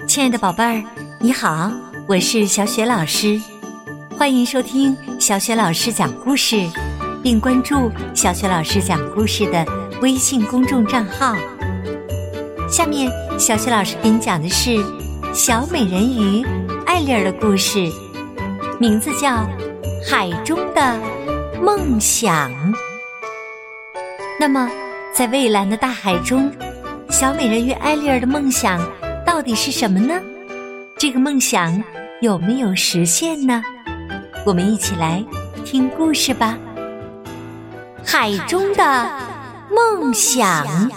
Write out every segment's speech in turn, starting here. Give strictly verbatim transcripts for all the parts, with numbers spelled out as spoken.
亲爱的宝贝儿，你好，我是小雪老师，欢迎收听小雪老师讲故事，并关注小雪老师讲故事的微信公众账号。下面小雪老师给你讲的是小美人鱼艾丽儿的故事，名字叫《海中的梦想》。那么在蔚蓝的大海中，小美人鱼艾丽儿的梦想到底是什么呢？这个梦想有没有实现呢？我们一起来听故事吧。海中的梦想。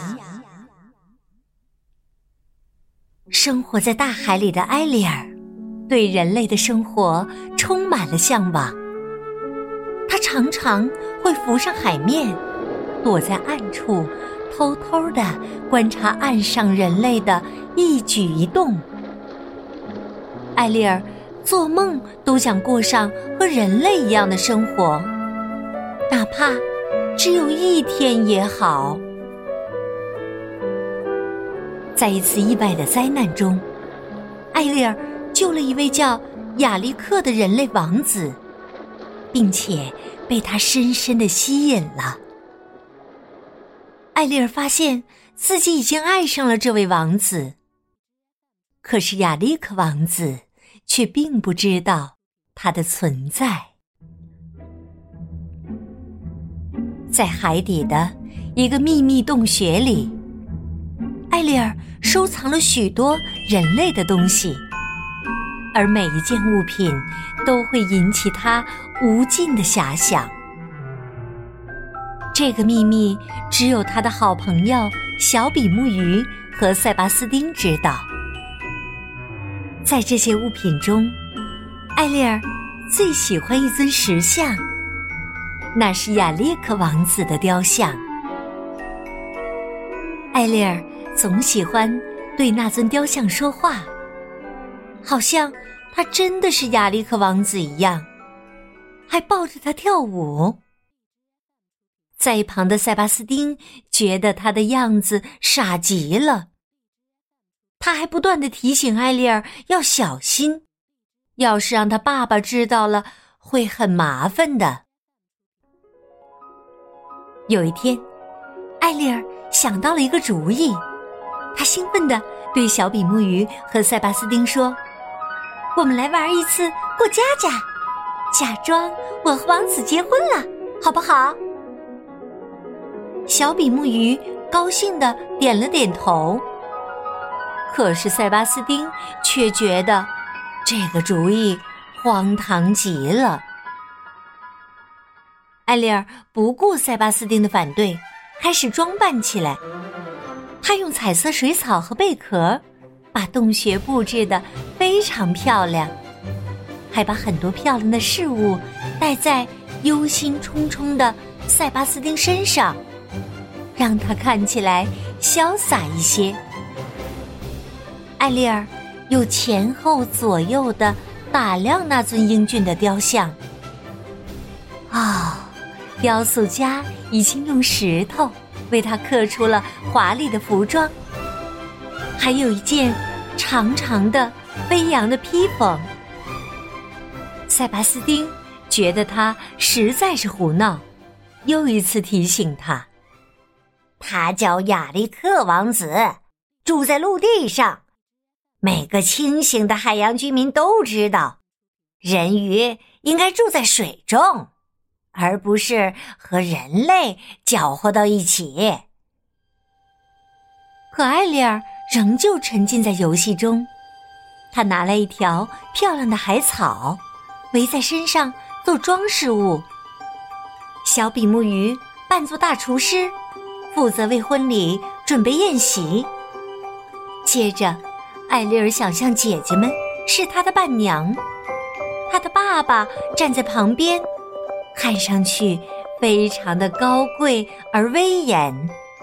生活在大海里的艾丽儿对人类的生活充满了向往，她常常会浮上海面，躲在暗处偷偷地观察岸上人类的一举一动。艾丽儿做梦都想过上和人类一样的生活，哪怕只有一天也好。在一次意外的灾难中，艾丽儿救了一位叫亚历克的人类王子，并且被他深深地吸引了。艾丽儿发现自己已经爱上了这位王子，可是亚历克王子却并不知道他的存在。在海底的一个秘密洞穴里，艾丽儿收藏了许多人类的东西，而每一件物品都会引起她无尽的遐想。这个秘密只有她的好朋友小比目鱼和塞巴斯丁知道。在这些物品中，艾丽儿最喜欢一尊石像，那是亚历克王子的雕像。艾丽儿总喜欢对那尊雕像说话，好像他真的是亚历克王子一样，还抱着他跳舞。在一旁的塞巴斯丁觉得他的样子傻极了，他还不断地提醒艾丽儿要小心，要是让他爸爸知道了会很麻烦的。有一天，艾丽儿想到了一个主意，她兴奋地对小比目鱼和塞巴斯丁说，我们来玩一次过家家，假装我和王子结婚了，好不好？小比目鱼高兴地点了点头，可是塞巴斯丁却觉得这个主意荒唐极了。艾丽儿不顾塞巴斯丁的反对，开始装扮起来。她用彩色水草和贝壳把洞穴布置得非常漂亮，还把很多漂亮的事物戴在忧心忡忡的塞巴斯丁身上，让他看起来潇洒一些。艾丽儿又前后左右地打量那尊英俊的雕像。哦，雕塑家已经用石头为他刻出了华丽的服装，还有一件长长的飞扬的披风。塞巴斯丁觉得他实在是胡闹，又一次提醒他， 他叫亚历克王子，住在陆地上。每个清醒的海洋居民都知道，人鱼应该住在水中，而不是和人类搅和到一起。 可艾丽儿仍旧沉浸在游戏中，她拿来一条漂亮的海草，围在身上做装饰物。小比目鱼扮作大厨师，负责为婚礼准备宴席。接着艾丽儿想象姐姐们是她的伴娘，她的爸爸站在旁边，看上去非常的高贵而威严。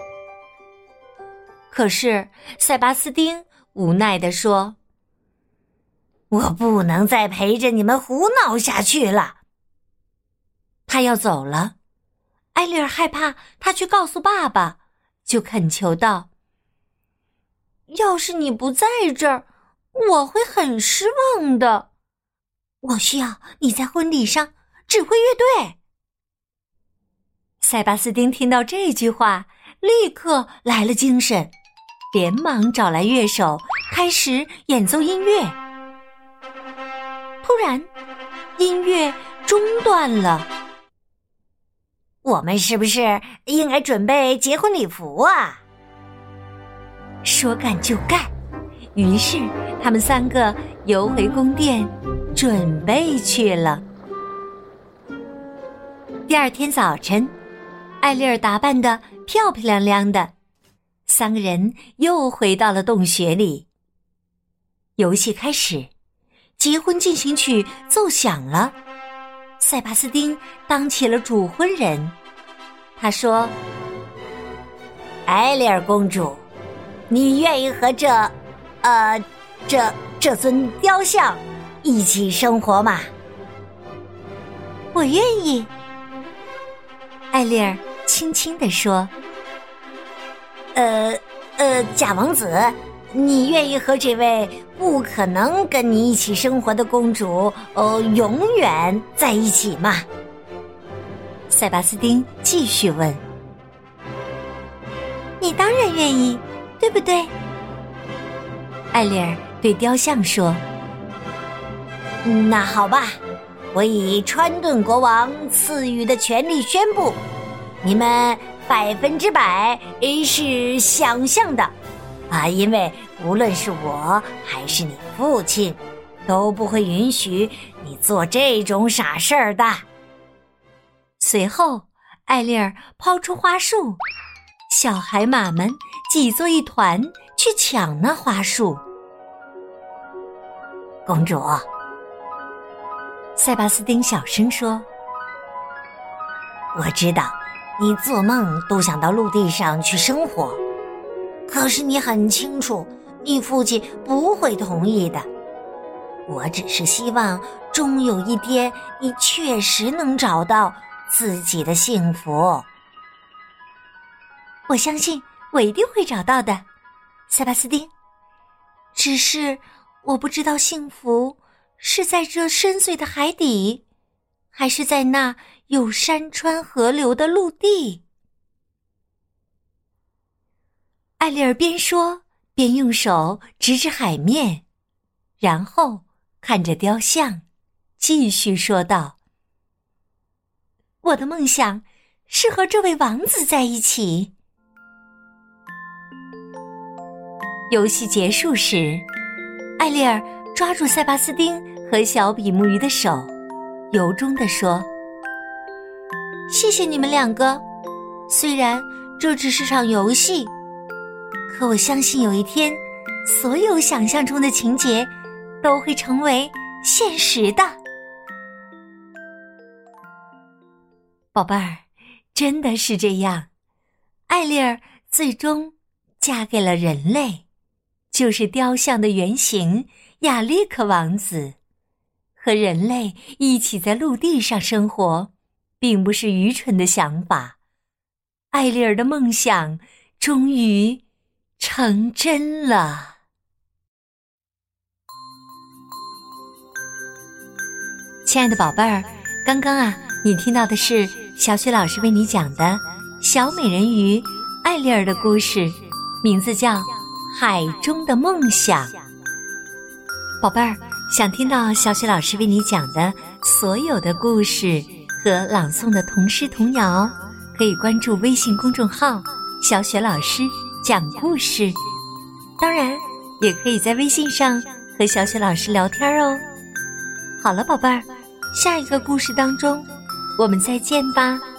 可是塞巴斯丁无奈地说， 我不能再陪着你们胡闹下去了。 他要走了，艾丽儿害怕他去告诉爸爸，就恳求道，要是你不在这儿， 我会很失望的。我需要你在婚礼上指挥乐队。塞巴斯丁听到这句话，立刻来了精神，连忙找来乐手，开始演奏音乐。突然，音乐中断了。 我们是不是应该准备结婚礼服啊？ 说干就干，于是他们三个游回宫殿，准备去了。第二天早晨，艾丽儿打扮得漂漂亮亮的，三个人又回到了洞穴里。游戏开始，结婚进行曲奏响了，塞巴斯丁当起了主婚人。他说： 艾丽儿公主，你愿意和这呃这这尊雕像一起生活吗？ 我愿意。艾丽儿轻轻地说。 呃呃假王子，你愿意和这位不可能跟你一起生活的公主呃永远在一起吗？ 塞巴斯丁继续问。你当然愿意，对不对？艾丽儿对雕像说。 那好吧，我以川顿国王赐予的权利宣布，你们百分之百是想象的啊！因为无论是我还是你父亲，都不会允许你做这种傻事儿的。 随后，艾丽儿抛出花束，小海马们挤作一团去抢那花束。 公主， 塞巴斯丁小声说， 我知道你做梦都想到陆地上去生活，可是你很清楚你父亲不会同意的。我只是希望终有一天你确实能找到自己的幸福。 我相信我一定会找到的，塞巴斯丁。只是我不知道幸福是在这深邃的海底，还是在那有山川河流的陆地。艾丽儿边说边用手指指海面，然后看着雕像，继续说道：我的梦想是和这位王子在一起。游戏结束时，艾丽儿抓住塞巴斯丁和小比目鱼的手，由衷地说：谢谢你们两个，虽然这只是场游戏，可我相信有一天，所有想象中的情节都会成为现实的。宝贝儿，真的是这样，艾丽儿最终嫁给了人类，就是雕像的原型亚历克王子。和人类一起在陆地上生活，并不是愚蠢的想法。艾丽儿的梦想终于成真了。亲爱的宝贝儿，刚刚啊，你听到的是小雪老师为你讲的小美人鱼艾丽儿的故事，名字叫《海中的梦想》。宝贝儿，想听到小雪老师为你讲的所有的故事和朗诵的童诗童谣，可以关注微信公众号小雪老师讲故事。当然也可以在微信上和小雪老师聊天哦。好了，宝贝儿，下一个故事当中我们再见吧。